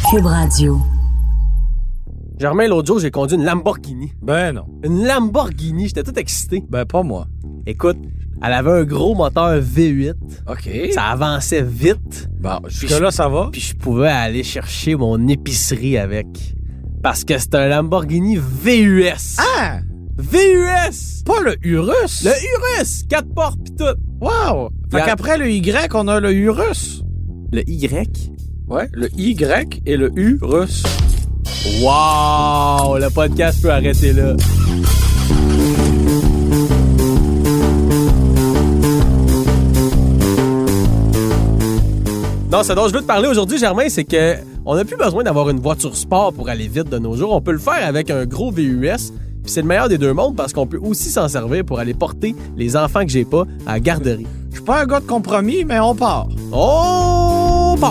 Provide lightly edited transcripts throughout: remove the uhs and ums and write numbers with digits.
Cube Radio. Germain, l'autre jour, j'ai conduit une Lamborghini. Ben non. Une Lamborghini, j'étais tout excité. Ben pas moi. Écoute, elle avait un gros moteur V8. OK. Ça avançait vite. Bon, jusque-là, ça va. Puis je pouvais aller chercher mon épicerie avec. Parce que c'est un Lamborghini VUS. Ah! VUS! Pas le Urus? Le Urus! 4 portes pis tout. Wow! Fait qu'après le Y, on a le Urus. Le Y? Ouais, le Y et le Urus. Wow! Le podcast peut arrêter là. Non, ce dont je veux te parler aujourd'hui, Germain, c'est que on n'a plus besoin d'avoir une voiture sport pour aller vite de nos jours. On peut le faire avec un gros VUS. Puis c'est le meilleur des deux mondes parce qu'on peut aussi s'en servir pour aller porter les enfants que j'ai pas à la garderie. Je suis pas un gars de compromis, mais on part. On part!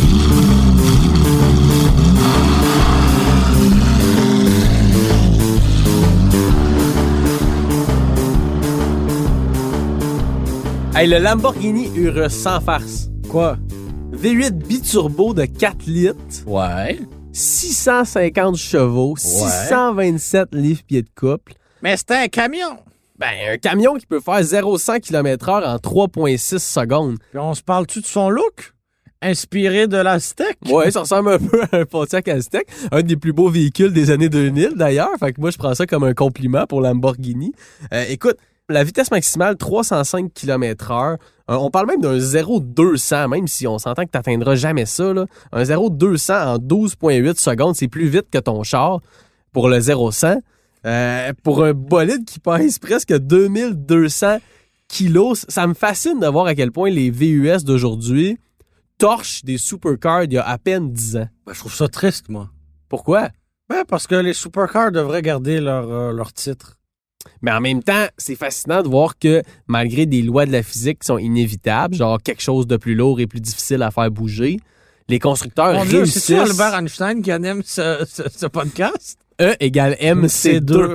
Hey, le Lamborghini Urus sans farce. Quoi? V8 biturbo de 4 litres. Ouais. 650 chevaux, 627 livres-pieds de couple. Mais c'était un camion. Ben, un camion qui peut faire 0-100 km/h en 3,6 secondes. Puis on se parle-tu de son look? Inspiré de l'Aztec? Ouais, ça ressemble un peu à un Pontiac Aztec. Un des plus beaux véhicules des années 2000, d'ailleurs. Fait que moi, je prends ça comme un compliment pour Lamborghini. Écoute, la vitesse maximale, 305 km/h. On parle même d'un 0-200, même si on s'entend que tu n'atteindras jamais ça. Là. Un 0-200 en 12,8 secondes, c'est plus vite que ton char pour le 0-100. Pour un bolide qui pèse presque 2200 kilos, ça me fascine de voir à quel point les VUS d'aujourd'hui torchent des supercars il y a à peine 10 ans. Ben, je trouve ça triste, moi. Pourquoi? Ben, parce que les supercars devraient garder leur titre. Mais en même temps, c'est fascinant de voir que malgré des lois de la physique qui sont inévitables, genre quelque chose de plus lourd et plus difficile à faire bouger, les constructeurs réussissent... C'est-tu Albert Einstein qui anime ce podcast? E égale MC2.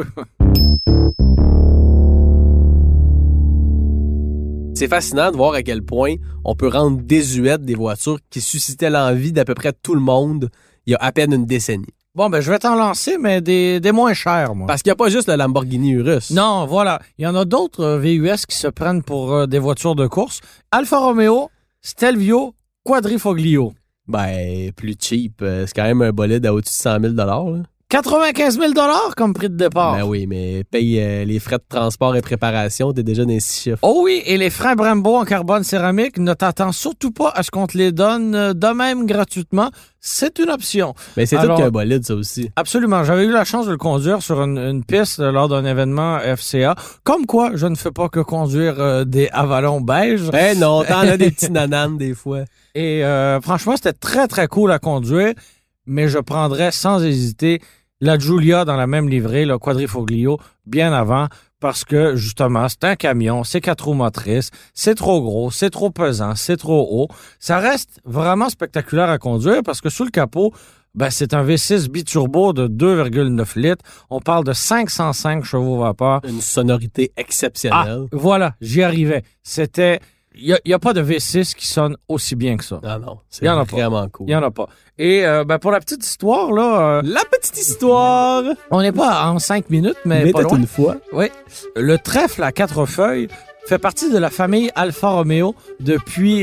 C'est fascinant de voir à quel point on peut rendre désuètes des voitures qui suscitaient l'envie d'à peu près tout le monde il y a à peine une décennie. Bon, ben je vais t'en lancer, mais des moins chers, moi. Parce qu'il n'y a pas juste le Lamborghini Urus. Non, voilà. Il y en a d'autres VUS qui se prennent pour des voitures de course. Alfa Romeo, Stelvio, Quadrifoglio. Ben, plus cheap. C'est quand même un bolide à au-dessus de 100 000 $. 95 000 comme prix de départ. Ben oui, mais paye les frais de transport et préparation, t'es déjà dans les 6 chiffres. Oh oui, et les freins Brembo en carbone céramique, ne t'attends surtout pas à ce qu'on te les donne de même gratuitement. C'est une option. Ben c'est tout qu'un bolide, ça aussi. Absolument. J'avais eu la chance de le conduire sur une piste lors d'un événement FCA. Comme quoi, je ne fais pas que conduire des Avalon beige. Ben non, t'en as des petits nananes des fois. Et franchement, c'était très, très cool à conduire. Mais je prendrais sans hésiter la Giulia dans la même livrée, le Quadrifoglio, bien avant, parce que, justement, c'est un camion, c'est 4 roues motrices, c'est trop gros, c'est trop pesant, c'est trop haut. Ça reste vraiment spectaculaire à conduire parce que sous le capot, ben, c'est un V6 biturbo de 2,9 litres. On parle de 505 chevaux vapeur. Une sonorité exceptionnelle. Ah, voilà, j'y arrivais. C'était... Il n'y a pas de V6 qui sonne aussi bien que ça. Ah non, c'est vraiment cool. Il n'y en a pas. Et ben pour la petite histoire, là... la petite histoire! On n'est pas en 5 minutes, mais pas loin. une fois. Oui. Le trèfle à 4 feuilles fait partie de la famille Alfa Romeo depuis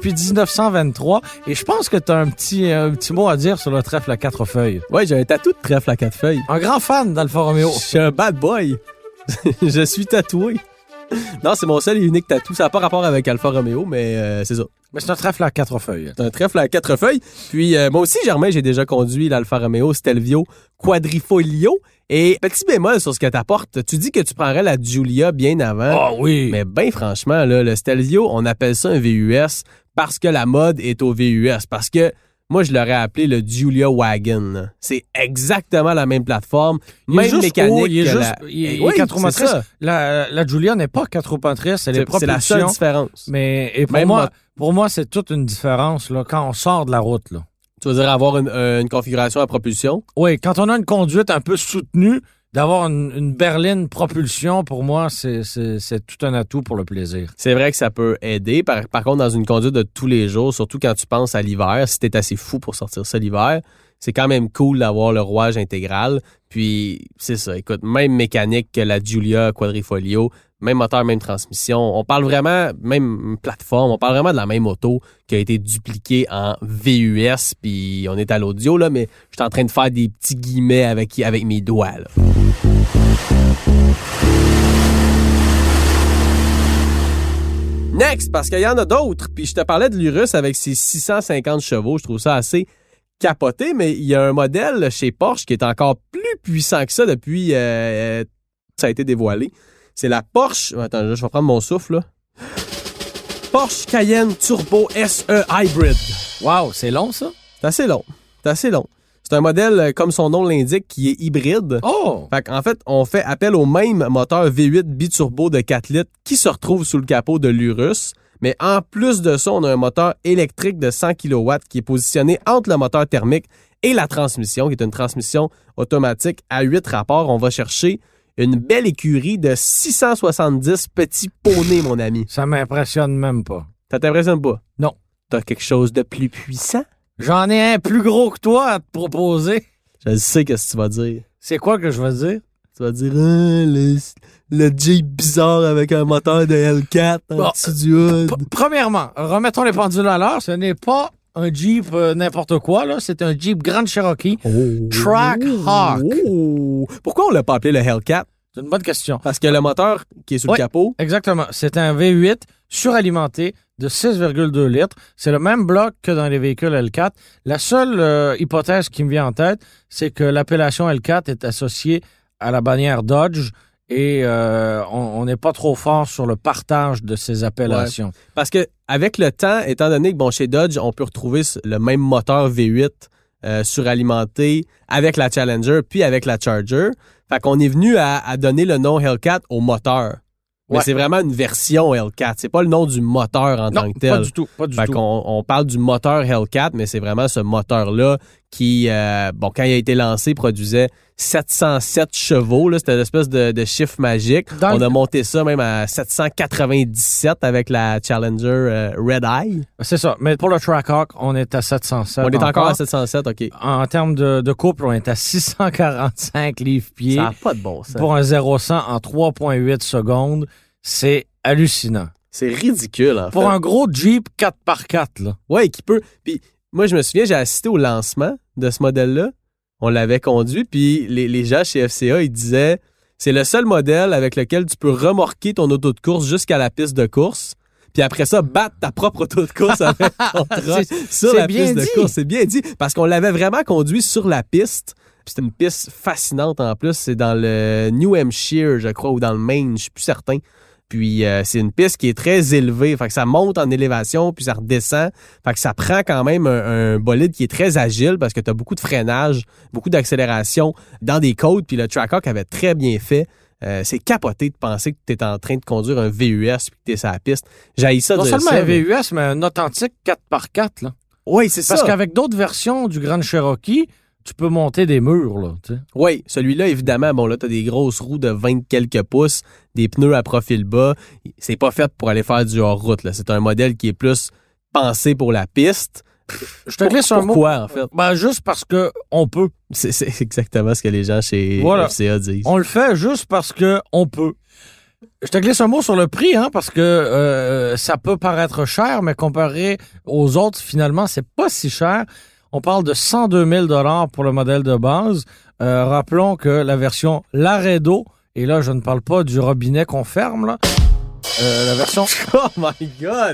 1923. Et je pense que tu as un petit mot à dire sur le trèfle à 4 feuilles. Oui, j'ai un tatou de trèfle à 4 feuilles. Un grand fan d'Alfa Romeo. Je suis un bad boy. Je suis tatoué. Non, c'est mon seul et unique tatou. Ça n'a pas rapport avec Alfa Romeo, mais c'est ça. Mais c'est un trèfle à 4 feuilles. C'est un trèfle à 4 feuilles. Puis moi aussi, Germain, j'ai déjà conduit l'Alfa Romeo Stelvio Quadrifoglio. Et petit bémol sur ce que t'apportes, tu dis que tu prendrais la Giulia bien avant. Ah oui! Mais ben franchement, là, le Stelvio, on appelle ça un VUS parce que la mode est au VUS. Parce que moi, je l'aurais appelé le Giulia Wagon. C'est exactement la même plateforme, même mécanique. Il est 4 roues motrices. La Giulia n'est pas 4 roues motrices, c'est la seule différence. Mais pour moi, c'est toute une différence là, quand on sort de la route. Là. Tu veux dire avoir une configuration à propulsion? Oui, quand on a une conduite un peu soutenue, d'avoir une berline propulsion, pour moi, c'est tout un atout pour le plaisir. C'est vrai que ça peut aider. Par contre, dans une conduite de tous les jours, surtout quand tu penses à l'hiver, si t'es assez fou pour sortir ça l'hiver, c'est quand même cool d'avoir le rouage intégral. Puis, c'est ça. Écoute, même mécanique que la Giulia Quadrifoglio, même moteur, même transmission. On parle vraiment, même plateforme, on parle vraiment de la même auto qui a été dupliquée en VUS. Puis, on est à l'audio, là, mais je suis en train de faire des petits guillemets avec mes doigts, là. Next, parce qu'il y en a d'autres. Puis, je te parlais de l'Urus avec ses 650 chevaux. Je trouve ça assez capoté, mais il y a un modèle chez Porsche qui est encore plus puissant que ça depuis ça a été dévoilé. C'est la Porsche... Attends, je vais prendre mon souffle, là. Porsche Cayenne Turbo SE Hybrid. Wow, c'est long, ça? C'est assez long. C'est un modèle, comme son nom l'indique, qui est hybride. Oh! En fait, on fait appel au même moteur V8 biturbo de 4 litres qui se retrouve sous le capot de l'Urus. Mais en plus de ça, on a un moteur électrique de 100 kW qui est positionné entre le moteur thermique et la transmission, qui est une transmission automatique à 8 rapports. On va chercher une belle écurie de 670 petits poneys, mon ami. Ça m'impressionne même pas. Ça t'impressionne pas? Non. T'as quelque chose de plus puissant? J'en ai un plus gros que toi à te proposer. Je sais ce que tu vas dire. C'est quoi que je vais dire? Tu vas dire, le Jeep bizarre avec un moteur de L4 en dessous du hood. Premièrement, remettons les pendules à l'heure. Ce n'est pas un Jeep n'importe quoi, là. C'est un Jeep Grand Cherokee Trackhawk. Pourquoi on l'a pas appelé le Hellcat? C'est une bonne question. Parce que le moteur qui est sous le capot... Exactement. C'est un V8 suralimenté de 6,2 litres. C'est le même bloc que dans les véhicules L4. La seule hypothèse qui me vient en tête, c'est que l'appellation L4 est associée à la bannière Dodge et on n'est pas trop fort sur le partage de ces appellations. Ouais. Parce que avec le temps, étant donné que chez Dodge, on peut retrouver le même moteur V8 suralimenté avec la Challenger puis avec la Charger. Fait qu'on est venu à donner le nom Hellcat au moteur. Mais c'est vraiment une version Hellcat. C'est pas le nom du moteur en tant que tel. Pas du tout. Fait qu'on parle du moteur Hellcat, mais c'est vraiment ce moteur-là qui, quand il a été lancé, produisait 707 chevaux. Là, c'était une espèce de chiffre magique. On a monté ça même à 797 avec la Challenger Red Eye. C'est ça. Mais pour le Trackhawk, on est à 707. On est encore à 707, OK. En termes de couple, on est à 645 livres-pieds. Ça n'a pas de bon sens. Pour un 0-100 en 3,8 secondes, c'est hallucinant. C'est ridicule, en fait. Pour un gros Jeep 4x4, là. Oui, qui peut... Puis moi, je me souviens, j'ai assisté au lancement de ce modèle-là. On l'avait conduit, puis les gens chez FCA, ils disaient c'est le seul modèle avec lequel tu peux remorquer ton auto de course jusqu'à la piste de course, puis après ça, battre ta propre auto de course avec ton truck sur la piste de course. C'est bien dit, parce qu'on l'avait vraiment conduit sur la piste. Puis c'est une piste fascinante en plus. C'est dans le New Hampshire, je crois, ou dans le Maine, je suis plus certain. Puis c'est une piste qui est très élevée, fait que ça monte en élévation, puis ça redescend. Fait que ça prend quand même un bolide qui est très agile parce que tu as beaucoup de freinage, beaucoup d'accélération dans des côtes, puis le Trackhawk avait très bien fait. C'est capoté de penser que tu es en train de conduire un VUS puis que tu es sur la piste. J'haïs ça de dire ça. Non seulement un VUS, mais un authentique 4x4, là. Oui, c'est ça. Parce qu'avec d'autres versions du Grand Cherokee, tu peux monter des murs, là. Tu sais. Oui, celui-là, évidemment, là, tu as des grosses roues de 20 quelques pouces, des pneus à profil bas. C'est pas fait pour aller faire du hors-route, là. C'est un modèle qui est plus pensé pour la piste. Je te glisse un mot. Pourquoi, en fait? Ben, juste parce que on peut. C'est exactement ce que les gens chez FCA disent. On le fait juste parce que on peut. Je te glisse un mot sur le prix, hein, parce que ça peut paraître cher, mais comparé aux autres, finalement, c'est pas si cher. On parle de 102 000 $ pour le modèle de base. Rappelons que la version Laredo, et là, je ne parle pas du robinet qu'on ferme, là. La version... Oh my God!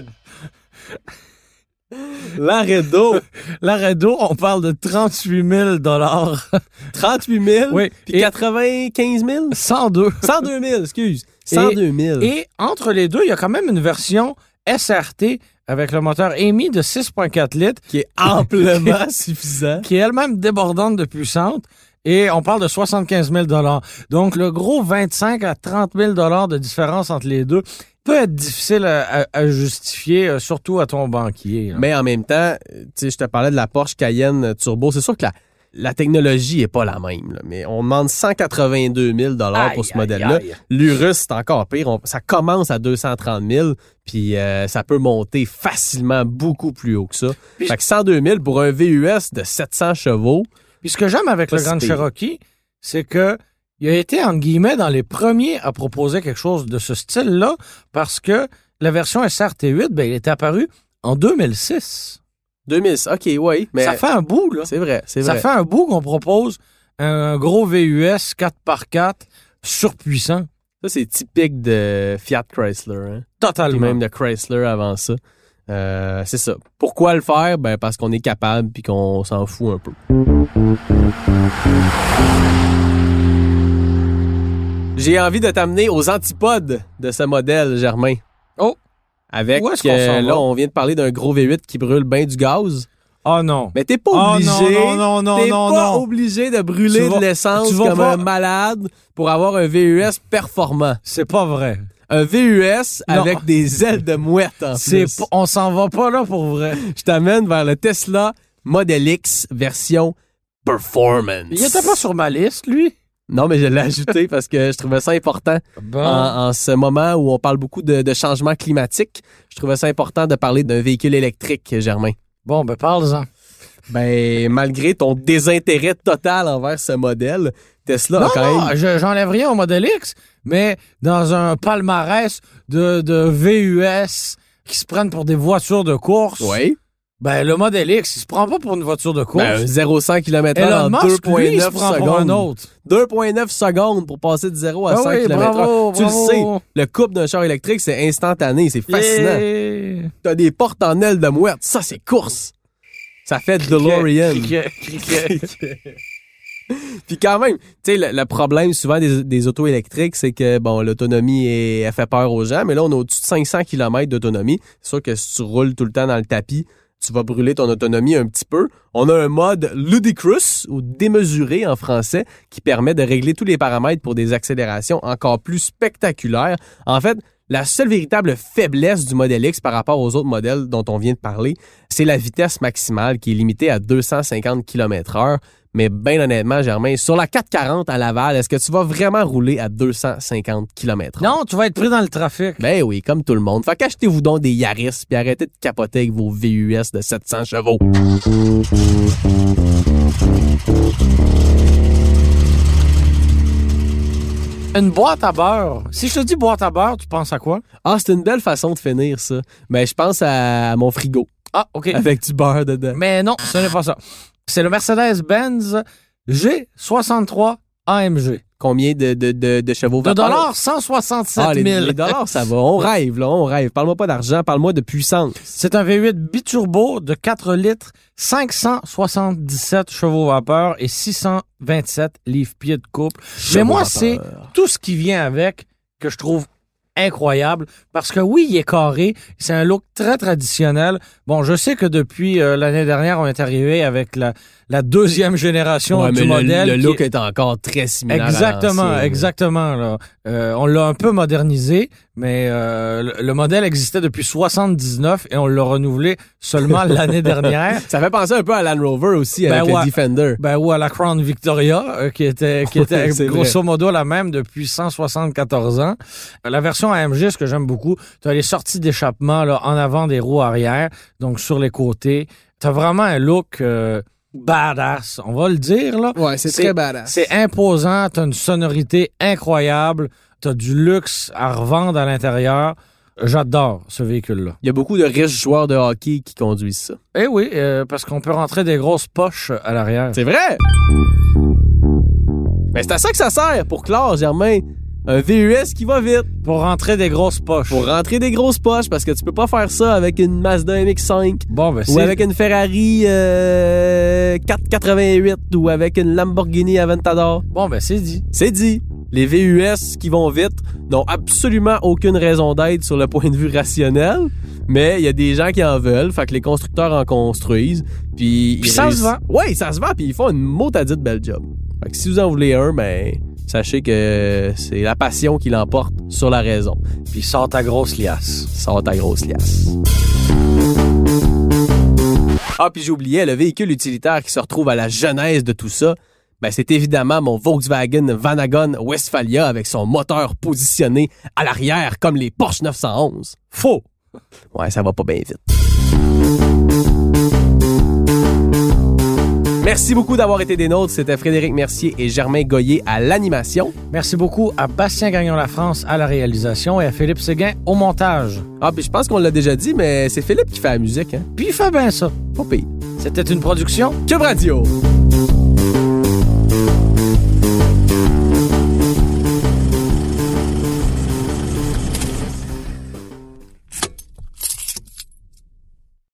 Laredo, on parle de 38 000 $. 38 000? Oui. Puis 95 000? 102. 102 000, excuse. 102 000. Et entre les deux, il y a quand même une version SRT avec le moteur EMI de 6,4 litres. Qui est amplement suffisant. Qui est elle-même débordante de puissance. Et on parle de 75 000 $. Donc, le gros 25 à 30 000 $ de différence entre les deux peut être difficile à justifier, surtout à ton banquier. Hein. Mais en même temps, tu sais, je te parlais de la Porsche Cayenne Turbo. C'est sûr que La technologie est pas la même, là, mais on demande 182 000 pour ce modèle-là. L'Urus, c'est encore pire. Ça commence à 230 000, puis ça peut monter facilement beaucoup plus haut que ça. Puis, fait que 102 000 pour un VUS de 700 chevaux. Puis ce que j'aime avec le Grand Cherokee, c'est que il a été, entre guillemets, dans les premiers à proposer quelque chose de ce style-là, parce que la version SRT8, ben, il est apparu en 2006. 2000, OK, oui. Mais ça fait un bout, là. C'est vrai. Ça fait un bout qu'on propose un gros VUS 4x4 surpuissant. Ça, c'est typique de Fiat Chrysler. Hein? Totalement. Puis même de Chrysler avant ça. C'est ça. Pourquoi le faire? Ben, parce qu'on est capable puis qu'on s'en fout un peu. J'ai envie de t'amener aux antipodes de ce modèle, Germain. Oh! Avec, où est-ce qu'on s'en va? On vient de parler d'un gros V8 qui brûle bien du gaz. Oh non! Mais t'es pas obligé. T'es pas non. obligé de brûler de l'essence comme un malade pour avoir un VUS performant. C'est pas vrai. Un VUS avec des ailes de mouette en plus. On s'en va pas là pour vrai. Je t'amène vers le Tesla Model X version Performance. Il était pas sur ma liste, lui? Non, mais je l'ai ajouté parce que je trouvais ça important. Bon. En ce moment où on parle beaucoup de changement climatique, je trouvais ça important de parler d'un véhicule électrique, Germain. Bon, ben parle-en. Ben, malgré ton désintérêt total envers ce modèle, Tesla a quand même... j'enlève rien au Model X, mais dans un palmarès de VUS qui se prennent pour des voitures de course... Oui. Ben, le Model X, il se prend pas pour une voiture de course. Ben, 0-100 km/h en 2,9 secondes. Pour un autre. 2,9 secondes pour passer de 0 à 100 km/h. Tu le sais, le couple d'un char électrique, c'est instantané, c'est fascinant. Yeah. T'as des portes en ailes de mouette, ça, c'est course. Ça fait DeLorean. Puis quand même, tu sais, le problème souvent des autos électriques, c'est que, bon, l'autonomie elle fait peur aux gens, mais là, on a au-dessus de 500 km d'autonomie. C'est sûr que si tu roules tout le temps dans le tapis, tu vas brûler ton autonomie un petit peu. On a un mode ludicrous, ou démesuré en français, qui permet de régler tous les paramètres pour des accélérations encore plus spectaculaires. En fait, la seule véritable faiblesse du Model X par rapport aux autres modèles dont on vient de parler, c'est la vitesse maximale qui est limitée à 250 km/h. Mais bien honnêtement, Germain, sur la 440 à Laval, est-ce que tu vas vraiment rouler à 250 km/h? Non, tu vas être pris dans le trafic. Ben oui, comme tout le monde. Fait qu'achetez-vous donc des Yaris puis arrêtez de capoter avec vos VUS de 700 chevaux. Une boîte à beurre. Si je te dis boîte à beurre, tu penses à quoi? Ah, c'est une belle façon de finir, ça. Ben, je pense à mon frigo. Ah, OK. Avec du beurre dedans. Mais non, ce n'est pas ça. C'est le Mercedes-Benz G63 AMG. Combien de chevaux de dollars? 167 000. Les dollars, ça va. On rêve, là, on rêve. Parle-moi pas d'argent, parle-moi de puissance. C'est un V8 biturbo de 4 litres, 577 chevaux vapeur et 627 livres-pieds de couple. Mais moi, c'est tout ce qui vient avec que je trouve incroyable, parce que oui, il est carré, c'est un look très traditionnel. Bon, je sais que depuis l'année dernière, on est arrivé avec la deuxième génération du modèle. Le look est encore très similaire Exactement. Là. On l'a un peu modernisé, mais le modèle existait depuis 79 et on l'a renouvelé seulement l'année dernière. Ça fait penser un peu à Land Rover aussi, avec le Defender. Ou à la Crown Victoria, qui était grosso modo la même depuis 174 ans. La version AMG, ce que j'aime beaucoup, tu as les sorties d'échappement là, en avant des roues arrière, donc sur les côtés. Tu as vraiment un look badass, on va le dire. Là. Ouais, c'est très badass. C'est imposant, tu as une sonorité incroyable, tu as du luxe à revendre à l'intérieur. J'adore ce véhicule-là. Il y a beaucoup de riches joueurs de hockey qui conduisent ça. Eh oui, parce qu'on peut rentrer des grosses poches à l'arrière. C'est vrai! Mais c'est à ça que ça sert, pour clore, Germain. Un VUS qui va vite. Pour rentrer des grosses poches. Pour rentrer des grosses poches, parce que tu peux pas faire ça avec une Mazda MX-5. Bon, ben ou avec une Ferrari 488 ou avec une Lamborghini Aventador. Bon, ben c'est dit. C'est dit. Les VUS qui vont vite n'ont absolument aucune raison d'être sur le point de vue rationnel, mais il y a des gens qui en veulent, fait que les constructeurs en construisent. Puis ça se vend. Oui, ça se vend, puis ils font une motadite belle job. Fait que si vous en voulez un, ben... sachez que c'est la passion qui l'emporte sur la raison. Puis sors ta grosse liasse. Sors ta grosse liasse. Ah, puis j'oubliais, le véhicule utilitaire qui se retrouve à la genèse de tout ça, ben c'est évidemment mon Volkswagen Vanagon Westphalia avec son moteur positionné à l'arrière comme les Porsche 911. Faux! Ouais, ça va pas bien vite. Merci beaucoup d'avoir été des nôtres. C'était Frédéric Mercier et Germain Goyer à l'animation. Merci beaucoup à Bastien Gagnon-La France à la réalisation et à Philippe Séguin au montage. Ah, puis je pense qu'on l'a déjà dit, mais c'est Philippe qui fait la musique, hein? Puis il fait bien ça. Pas pire. C'était une production Cube Radio.